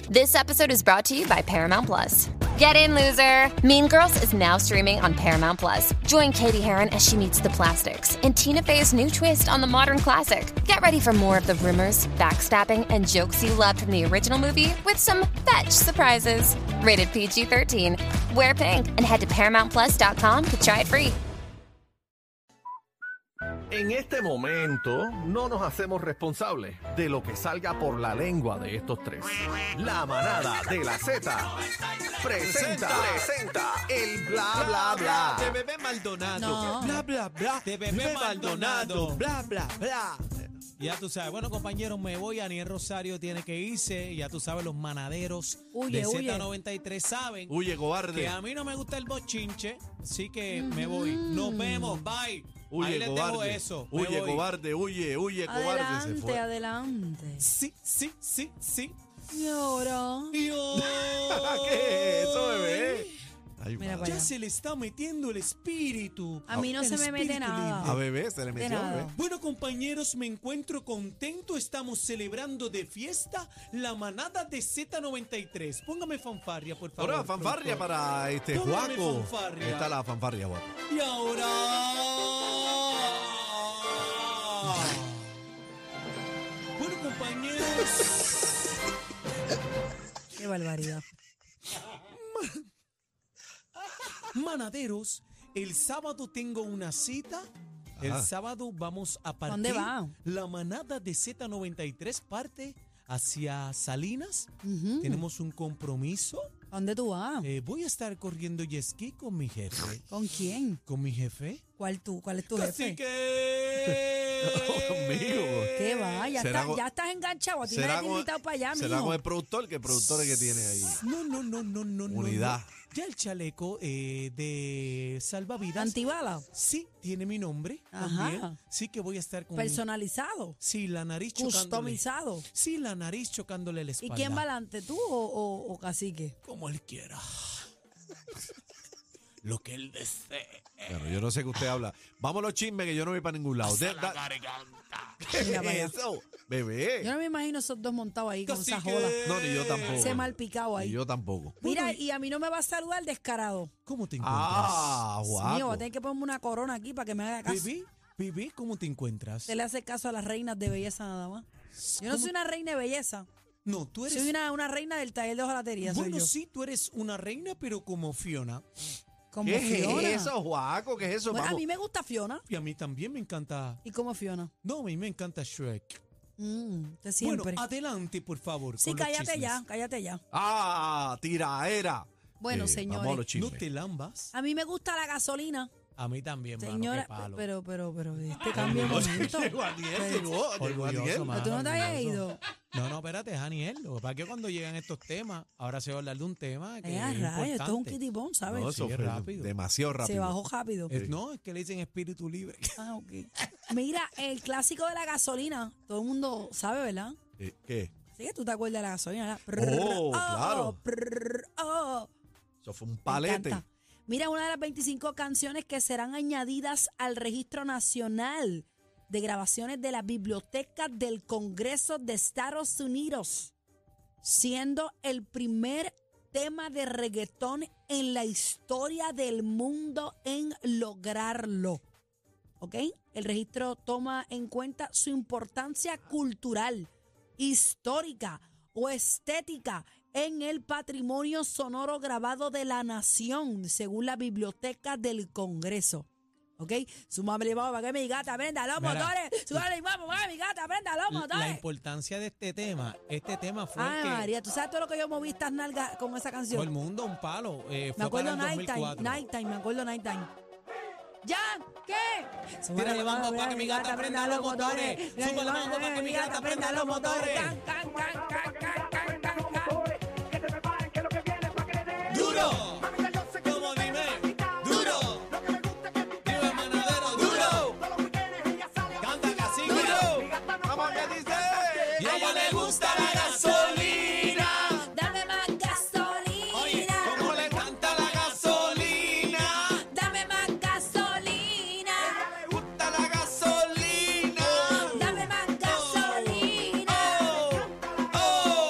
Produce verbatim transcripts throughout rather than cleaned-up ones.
This episode is brought to you by Paramount Plus. Get in, loser! Mean Girls is now streaming on Paramount Plus. Join Katie Heron as she meets the plastics in Tina Fey's new twist on the modern classic. Get ready for more of the rumors, backstabbing, and jokes you loved from the original movie with some fetch surprises. Rated P G thirteen. Wear pink and head to paramount plus dot com to try it free. En este momento no nos hacemos responsables de lo que salga por la lengua de estos tres. La manada de la Z presenta, presenta el bla bla bla de Bebé Maldonado. No. Bla bla bla de Bebé Maldonado. Bla bla bla. Ya tú sabes, bueno compañeros, me voy, Aniel Rosario tiene que irse, ya tú sabes, los manaderos Huye, de huye. Z noventa y tres saben Huye, cobarde. que a mí no me gusta el bochinche, así que me voy. Nos vemos, bye. Huye, Ahí les cobarde. dejo eso. me Huye, voy. cobarde, huye, huye, cobarde. Se Adelante, fue. adelante. Sí, sí, sí, sí. Y ahora. Yo. ¿Qué es eso, bebé? Ay, Mira madre. Ya se le está metiendo el espíritu. A mí no El se me mete espíritu nada. libre. A bebé se le metió, nada. bebé. Bueno, compañeros, me encuentro contento. Estamos celebrando de fiesta la manada de Z noventa y tres. Póngame fanfarria, por favor. Ahora, fanfarria productor. para este Póngame Juaco. fanfarria. Ahí está la fanfarria, Juaco. Y ahora. Bueno, compañeros. Qué barbaridad. Manaderos, el sábado tengo una cita. El Ajá. sábado vamos a partir. ¿Dónde va? La manada de Z noventa y tres parte hacia Salinas. Ujú. Tenemos un compromiso. ¿A ¿Dónde tú vas? Eh, voy a estar corriendo jet ski con mi jefe. ¿Con quién? ¿Con mi jefe? ¿Cuál tú? ¿Cuál es tu Así jefe? que... Conmigo. ¿Qué va? Ya, ¿Será está- con- ya estás enganchado. A ti será nadie te ha con- invitado para allá, Será mijo. con el productor, que el productor es que tiene ahí. No, no, no, no, no, no. Unidad. no. Ya el chaleco eh, de salvavidas. Antibala. Sí, tiene mi nombre. Ajá. También. Sí que voy a estar con... Personalizado. Sí, la nariz chocándole. Customizado. Sí, la nariz chocándole la ¿Y espalda. quién va adelante? ¿Tú o, o, o cacique? Como él quiera. Lo que él desee. Bueno, yo no sé qué usted habla. Vamos a los chismes que yo no voy para ningún lado. De- da- ¿Qué Mira para allá. es eso? Bebé. Yo no me imagino esos dos montados ahí con Cacique. esa joda. No, ni yo tampoco. Ese mal picado Ni ahí. yo tampoco. Mira, y a mí no me va a saludar descarado. ¿Cómo te encuentras? Ah, Mío, voy guapo. a tener que ponerme una corona aquí para que me haga caso. Bebé, bebé, ¿cómo te encuentras? Usted le hace caso a las reinas de belleza nada más. Yo no ¿Cómo? soy una reina de belleza. No, tú eres... Soy una, una reina del taller de hojalatería. soy Bueno, yo. sí, tú eres una reina, pero como Fiona. Como ¿Qué Fiona. es eso, Juaco? ¿Qué es eso? Bueno, a Vamos. mí me gusta Fiona. Y a mí también me encanta... ¿Y como Fiona? No, a mí me encanta Shrek. Mm, de siempre. Bueno, adelante, por favor. sí, con los cállate chismes. ya, cállate ya. Ah, tiraera. Bueno, Eh, señores. Vamos a los No chismes. te lambas. A mí me gusta la gasolina. A mí también, mano, Señora, qué palo. pero, pero, pero, este cambio de momento. Llegó Aniel, Pues, llegó, llegó Orgulloso, Aniel. mano, Pero tú no te habías orgulloso. ido. No, no, espérate, es Aniel. Lo que pasa es que cuando llegan estos temas, ahora se va a hablar de un tema que Eh, es a rayos, esto es un importante. kitibón, ¿sabes? No, eso Sí, fue rápido. demasiado rápido. Se bajó rápido. Es- no, es que le dicen espíritu libre. Ah, ok. Mira, el clásico de la gasolina, todo el mundo sabe, ¿verdad? Eh, ¿Qué? Sí que tú te acuerdas de la gasolina, ¿verdad? Oh, claro. prrr, oh. Eso fue un Me palete. encanta. Mira, una de las veinticinco canciones que serán añadidas al registro nacional de grabaciones de la Biblioteca del Congreso de Estados Unidos, siendo el primer tema de reggaetón en la historia del mundo en lograrlo. ¿Ok? El registro toma en cuenta su importancia cultural, histórica o estética en el patrimonio sonoro grabado de la nación, según la Biblioteca del Congreso. ¿Ok? Súmame vamos para que mi gata prenda los Mira. motores. Súmale vamos para que mi gata prenda los La motores. importancia de este tema, este tema fue Ay, que María, ¿tú sabes todo lo que yo moví estas nalgas con esa todo el canción? mundo un palo. Eh, Me fue acuerdo para el Nighttime, dos mil cuatro. Nighttime, me acuerdo Nighttime. ¡Ya! ¿Qué? Tírale mambo pa' que mi gata prenda los motores. Súmale mambo pa' que mi gata prenda los motores. Can, can, can, can, can, can, can, can. ¡Duro! Como dime, duro. Dime, manadero, duro. Canta cacique. Vamos, ¿qué dice? Y a ella le gusta la gasolina. Dame más Oye, gasolina. ¿cómo le canta la gasolina? Dame más gasolina. Le gusta la gasolina. Dame más gasolina. Oh, oh.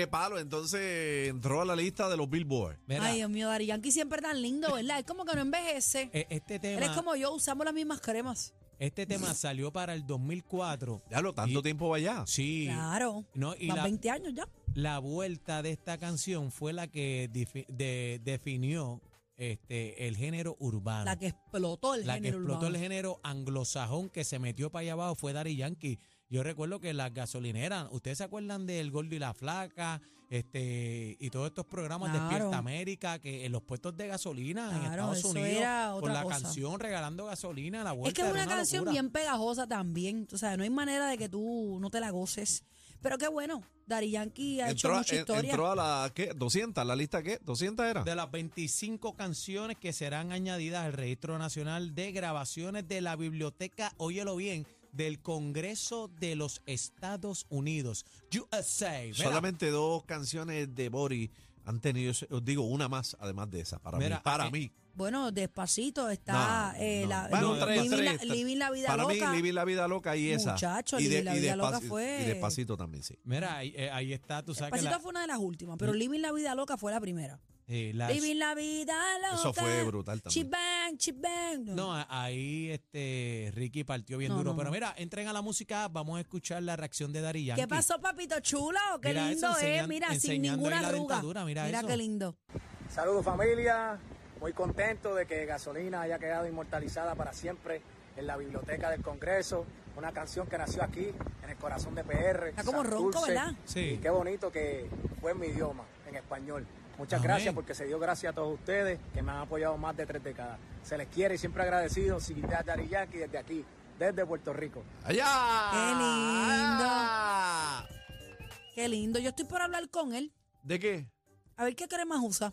palo, entonces entró a la lista de los Billboard. Mira, Ay, Dios mío, Daddy Yankee siempre tan lindo, ¿verdad? Es como que no envejece. e- este Él tema, es como yo, usamos las mismas cremas. este tema salió para el dos mil cuatro. Ya lo tanto Y- tiempo va allá. Sí. Claro. No, y Más la, veinte años ya. la vuelta de esta canción fue la que difi- de- definió este el género urbano. La que explotó el La que género explotó urbano. el género anglosajón que se metió para allá abajo fue Daddy Yankee. Yo recuerdo que las gasolineras, ¿ustedes se acuerdan del Gordo y la Flaca? Este, y todos estos programas de Claro. Despierta América, que en los puestos de gasolina en Claro, Estados eso Unidos, era con otra la cosa. canción regalando gasolina a la vuelta. Es que es era una canción locura. bien pegajosa también. O sea, no hay manera de que tú no te la goces. Pero qué bueno, Daddy Yankee ha hecho Entró, a- mucha en- historia. entró a la, ¿qué? doscientas, ¿la lista qué? ¿doscientas era? De las veinticinco canciones que serán añadidas al Registro Nacional de Grabaciones de la Biblioteca, óyelo bien, del Congreso de los Estados Unidos, U S A. Mira, Solamente dos canciones de Bori han tenido, ese- os digo, una más además de esa, para Mira, mí. Para eh, mí. Bueno, despacito está No, eh, no. la, Bueno, li- tres, living, tres, la, tres. Living la vida Para loca. mí, Living la Vida Loca y esa. Muchacho, y, Living la Vida Loca Despaci- fue- Y Despacito también, sí. mira, ahí, eh, ahí está, tú sabes Despacito que la, fue una de las últimas, pero Living la vida loca fue la primera. eh, la- Living la vida loca. Eso fue brutal también. Chibang, chibang. no, a- ahí este Ricky partió bien No, duro. no, Pero no. mira, entren a la música, vamos a escuchar la reacción de Daddy Yankee. ¿Qué pasó, papito chulo? Qué Mira lindo eso, es, enseñan- mira, sin enseñando ninguna ahí la arruga. dentadura, mira eso. qué lindo. Saludos familia, muy contento de que Gasolina haya quedado inmortalizada para siempre en la Biblioteca del Congreso, una canción que nació aquí, en el corazón de P R. Está como Santurce, ronco, ¿verdad? Sí. Y qué bonito que fue en mi idioma, en español. Muchas Amén. gracias porque se dio gracias a todos ustedes que me han apoyado más de tres décadas. Se les quiere y siempre agradecido. Seguridad Daddy Yankee desde aquí, desde Puerto Rico. ¡Allá! Qué lindo. ¡Allá! Qué lindo. Yo estoy por hablar con él. ¿De qué? A ver qué cremas usa.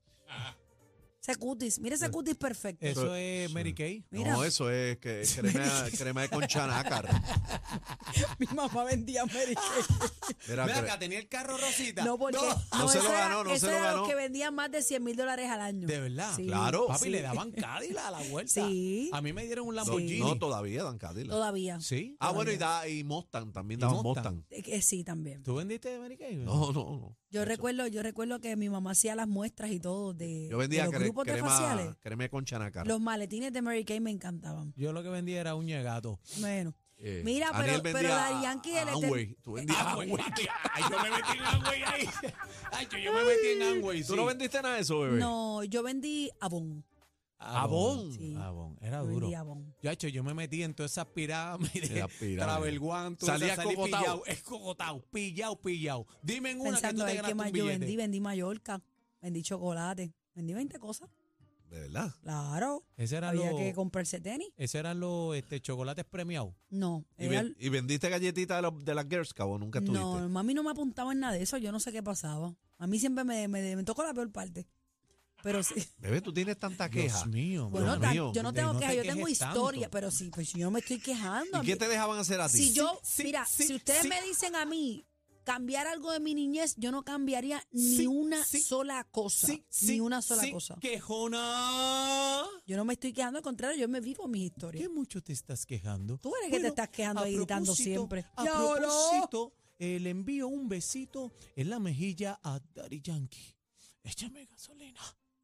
Ese cutis. Mira ese cutis perfecto. Eso es Mary Kay. Mira. No, eso es que crema, crema de concha nácar. Mi mamá vendía Mary Kay. Mira, Mira cre- acá, tenía el carro rosita. No, porque no no, se eso lo era- ganó, no eso se lo era ganó. los que vendían más de cien mil dólares al año. De verdad. Sí. Claro. Papi, Sí. le daban Cadillac a la vuelta. Sí. A mí me dieron un no, Lamborghini. no, todavía dan Cadillac. Todavía. Sí. Ah, bueno, y, da, y Mustang, también Y daban Mustang. Mustang. Eh, eh, sí, también. ¿Tú vendiste Mary Kay? No, no, no. Yo recuerdo, yo recuerdo que mi mamá hacía las muestras y todo de, Yo vendía de los cre- grupos de crema, faciales. crema de concha nácar. Los maletines de Mary Kay me encantaban. Yo lo que vendía era uña de gato. Bueno. Eh, Mira, Aniel pero, pero vendía Daddy Yankee, a- él a es- Amway. Tú vendías a Amway, Amway. papi. Ay, yo me metí en Amway ahí. Ay, yo, yo me metí en Amway, sí. ¿Tú no vendiste nada de eso, bebé? No, yo vendí Avon. Abón. Sí. Abón. Era Yo duro. vendí Avon. Yo, hecho, yo me metí en todas esas pirámides. En las pirámides. Travel One, tú Salías esas, salí cocotao. pillado, escocotao, pillado, pillado. Dime en una Pensando que ahí tú te qué ganaste más un yo billete. vendí. Vendí Mallorca, vendí chocolate, vendí veinte cosas. De verdad. Claro. Ese era Había lo- que comprarse tenis. Esos eran los este, chocolates premiados. No. ¿Y, era- ven- y vendiste galletitas de, los- de las Girl Scouts o nunca estuviste? no, mami no me apuntaba en nada de eso. Yo no sé qué pasaba. A mí siempre me, me, me tocó la peor parte. Pero sí. Bebé, tú tienes tanta queja. Dios mío. Bueno, Dios tan- mío. yo no De tengo no te quejas, yo quejes tengo historia, tanto. pero sí, pues yo no me estoy quejando. ¿Y qué te dejaban hacer a ti? Si yo, sí, mira, sí, si ustedes sí. me dicen a mí cambiar algo de mi niñez, yo no cambiaría Sí, ni una sí, sola cosa. Sí, ni sí, una sola sí, cosa. Quejona. Yo no me estoy quejando, al contrario, yo me vivo mis historias. ¿Qué mucho te estás quejando? Tú eres que te estás quejando a ahí gritando propósito- siempre. A ¡Ya oró! propósito, eh, le envío un besito en la mejilla a Daddy Yankee. Échame gasolina.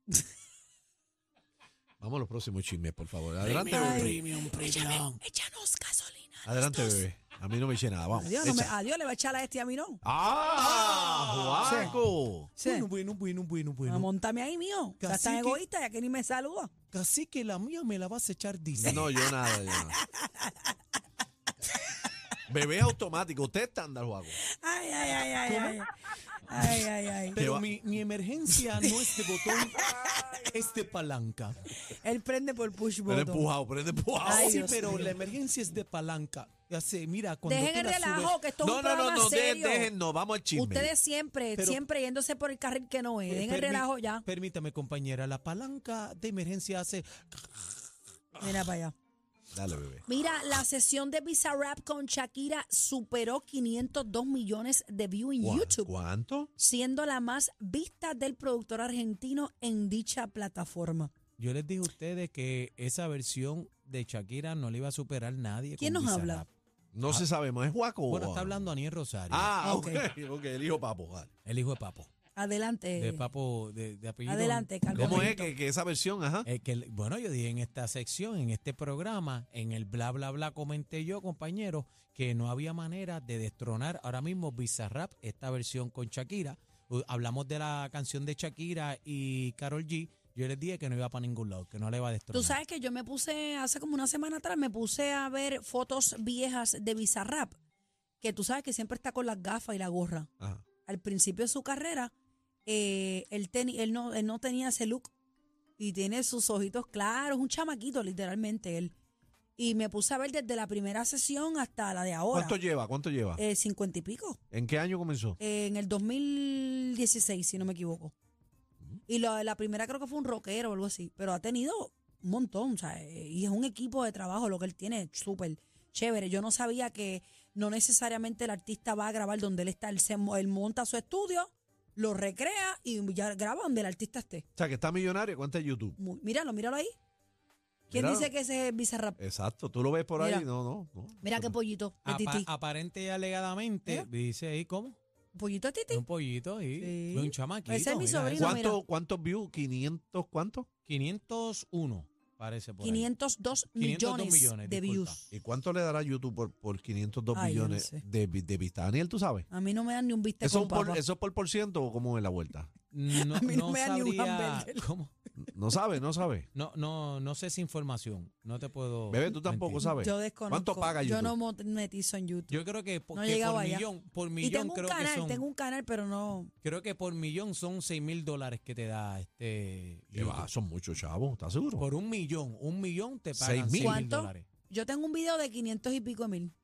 Vamos a los próximos chismes, por favor. Adelante, Premium, bebé. premium, premium. Échanos gasolina. Adelante, bebé. A mí no me eché nada. Vamos. Adiós, no me- Echa. adiós, le va a echar a este a mí, ¿no? ¡Ah! ¡Juaco! Sí. Bueno, bueno, bueno, bueno, Ah, bueno. montame ahí, mío. O sea, tan Cacique. egoísta ya que ni me saluda. Casi que la mía me la vas a echar, dice. No, yo nada, yo nada. Bebé es automático. Usted es estándar, Juaco. Ay, ay, ay, ay, ay. Ay, ay, ay. Pero va- mi, mi emergencia no es de botón, es de palanca. Él prende por push Pero button. empujado, pero empujado. Ay, sí, Dios pero mío. la emergencia es de palanca. Ya sé, mira, cuando Dejen tú el la relajo, subes- que esto es No, un no, no, programa no, dejen, serio. dejen, no, vamos al chisme. Ustedes siempre, Pero- siempre yéndose por el carril que no es. Eh, Dejen el permi- relajo ya. Permítame, compañera, la palanca de emergencia hace... Mira para allá. Dale, bebé. Mira, la sesión de Bizarrap con Shakira superó quinientos dos millones de views en ¿Cuá- YouTube, ¿Cuánto? siendo la más vista del productor argentino en dicha plataforma. Yo les dije a ustedes que esa versión de Shakira no le iba a superar nadie. ¿Quién con nos Bizarrap. habla? No Ah. se sabe más, ¿es Juaco? Bueno, o- está hablando Aniel Rosario, Ah, ok, Ok. ok, el hijo papo. Vale. el hijo de Papo. Adelante. De Papo, de, de apellido. Adelante, Carlos. ¿Cómo es Benito. que, que esa versión, ajá? Eh, que, bueno, yo dije en esta sección, en este programa, en el bla, bla, bla, comenté yo, compañero, que no había manera de destronar ahora mismo Bizarrap, esta versión con Shakira. Uh, hablamos de la canción de Shakira y Karol G. Yo les dije que no iba para ningún lado, que no le iba a destronar. Tú sabes que yo me puse, hace como una semana atrás, me puse a ver fotos viejas de Bizarrap, que tú sabes que siempre está con las gafas y la gorra. Ajá. Al principio de su carrera, eh, él, teni- él, no, él no tenía ese look y tiene sus ojitos claros, un chamaquito literalmente él. Y me puse a ver desde la primera sesión hasta la de ahora. ¿Cuánto lleva? ¿Cuánto lleva? Eh, cincuenta y pico. ¿En qué año comenzó? Eh, en el dos mil dieciséis, si no me equivoco. Y lo- la primera creo que fue un rockero o algo así. Pero ha tenido un montón, o sea, eh, y es un equipo de trabajo lo que él tiene, súper chévere. Yo no sabía que no necesariamente el artista va a grabar donde él está. Él, se, mo- él monta su estudio, lo recrea y ya graba donde el artista esté. O sea, que está millonario, ¿cuánto es YouTube? Muy- míralo, míralo ahí. ¿Quién Míralo. dice que ese es Bizarrap? Exacto, tú lo ves por Mira. ahí, no, no, no. Mira qué pollito de Apa- Titi. aparente y alegadamente, Mira. dice ahí, ¿cómo? ¿Pollito de Titi? Un pollito ahí, Sí. un chamaquito. Ese es mi mira sobrino, eso. mira. ¿Cuánto, ¿Cuántos views? ¿quinientos cuánto? quinientos uno, parece por ahí. quinientos dos quinientos dos millones, millones, de disculpa. views. ¿Y cuánto le dará YouTube por, por quinientos dos Ay, yo no millones sé. de, vi- de vistas? Daniel, ¿tú sabes? A mí no me dan ni un bistec ¿Eso, con es por, papa. ¿Eso es por por ciento o cómo es la vuelta? No, A mí no no me da ni un sabría hamburger. cómo. No sabe, no sabe. No, no, no sé esa información. No te puedo. Bebé, tú tampoco mentir. sabes. Yo desconozco. ¿Cuánto paga YouTube? Yo no monetizo en YouTube. Yo creo que, po- No he que llegado por allá. millón, por y millón tengo un creo que canal, son. tengo un canal, pero no. Creo que por millón son seis mil dólares que te da este. ¿Qué va? YouTube. Son muchos chavos, ¿estás seguro? Por un millón, un millón te pagan ¿Seis mil? seis mil ¿Cuánto? dólares. Yo tengo un video de quinientos y pico de mil.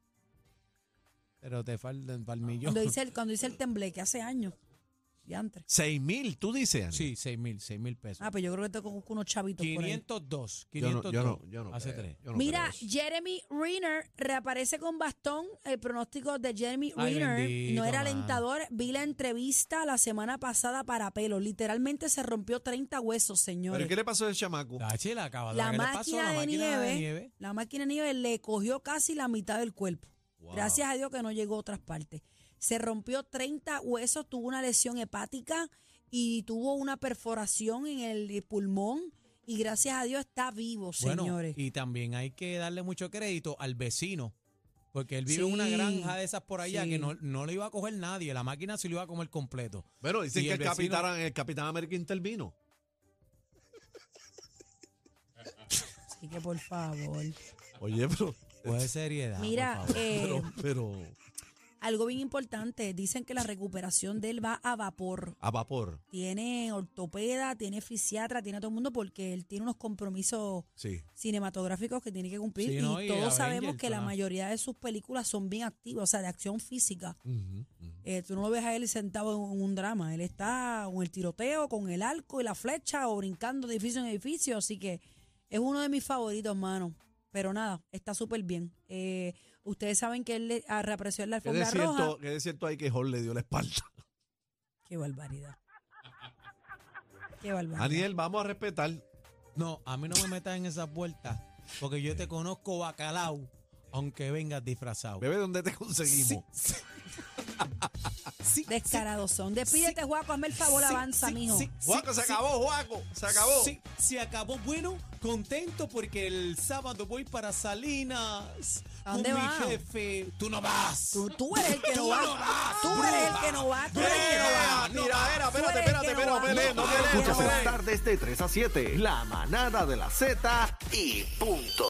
Pero te faltan para el millón. Cuando hice el, cuando hice el tembleque hace años. Diantre. ¿Seis mil, tú dices, Ani? Sí, seis mil, seis mil pesos. Ah, pues yo creo que tengo unos chavitos por ahí. quinientos dos, Yo no, quinientos dos. yo no, yo no hace creo, tres. yo no Mira, creo eso. Jeremy Renner reaparece con bastón. El pronóstico de Jeremy Ay, Renner bendito, no era mano. alentador. Vi la entrevista la semana pasada para pelo. Literalmente se rompió treinta huesos, ¿Pero señores. qué le pasó a ese chamaco? La chela acaba La ¿qué le pasó? máquina, La de, máquina nieve, de nieve. la máquina de nieve le cogió casi la mitad del cuerpo. Wow. Gracias a Dios que no llegó a otras partes. Se rompió treinta huesos, tuvo una lesión hepática y tuvo una perforación en el pulmón y gracias a Dios está vivo, Bueno, señores. y también hay que darle mucho crédito al vecino, porque él vive en una Sí, granja de esas por allá sí. que no, no le iba a coger nadie, la máquina sí lo iba a comer completo. Bueno, dicen Y que el el, vecino- capitán, el Capitán América intervino. Así que por favor. Oye, pero... Pues seriedad. Mira, por favor. eh, Pero, pero... algo bien importante, dicen que la recuperación de él va a vapor. A vapor. Tiene ortopeda, tiene fisiatra, tiene a todo el mundo porque él tiene unos compromisos Sí. cinematográficos que tiene que cumplir. Sí, y no, y todos Avengers, sabemos que la toda. mayoría de sus películas son bien activas, o sea, de acción física. Ujú, ujú. Eh, tú no lo ves a él sentado en un drama. Él está con el tiroteo, con el arco y la flecha o brincando de edificio en edificio. Así que es uno de mis favoritos, hermano. Pero nada, está súper bien. Eh, ustedes saben que él le- ah, reapareció en la ¿Qué de alfombra roja. cierto, qué de cierto hay que Hall le dio la espalda? Qué barbaridad. Qué barbaridad. Daniel, vamos a respetar. No, a mí no me metas en esas vueltas, porque yo te conozco bacalao, aunque vengas disfrazado. Bebé, ¿dónde te conseguimos? Sí, sí, Descarados son. Despídete, Juaco. Hazme el favor, sí, avanza, sí, mijo. sí, Juaco, se sí, acabó, Juaco. Se acabó. Sí, se acabó. Bueno, contento porque el sábado voy para Salinas. ¿A dónde con vas? mi jefe. Tú no vas. Tú, tú eres el que no Tú va. no vas, Tú eres el bruta. que no va. Tú eres el que no va. Mira, era, Tú espérate, eres el espérate, que no pero va. Pelé, no No, Pelé, Escuchas no en las Pelé. tardes de tres a siete. La manada de la Z y punto.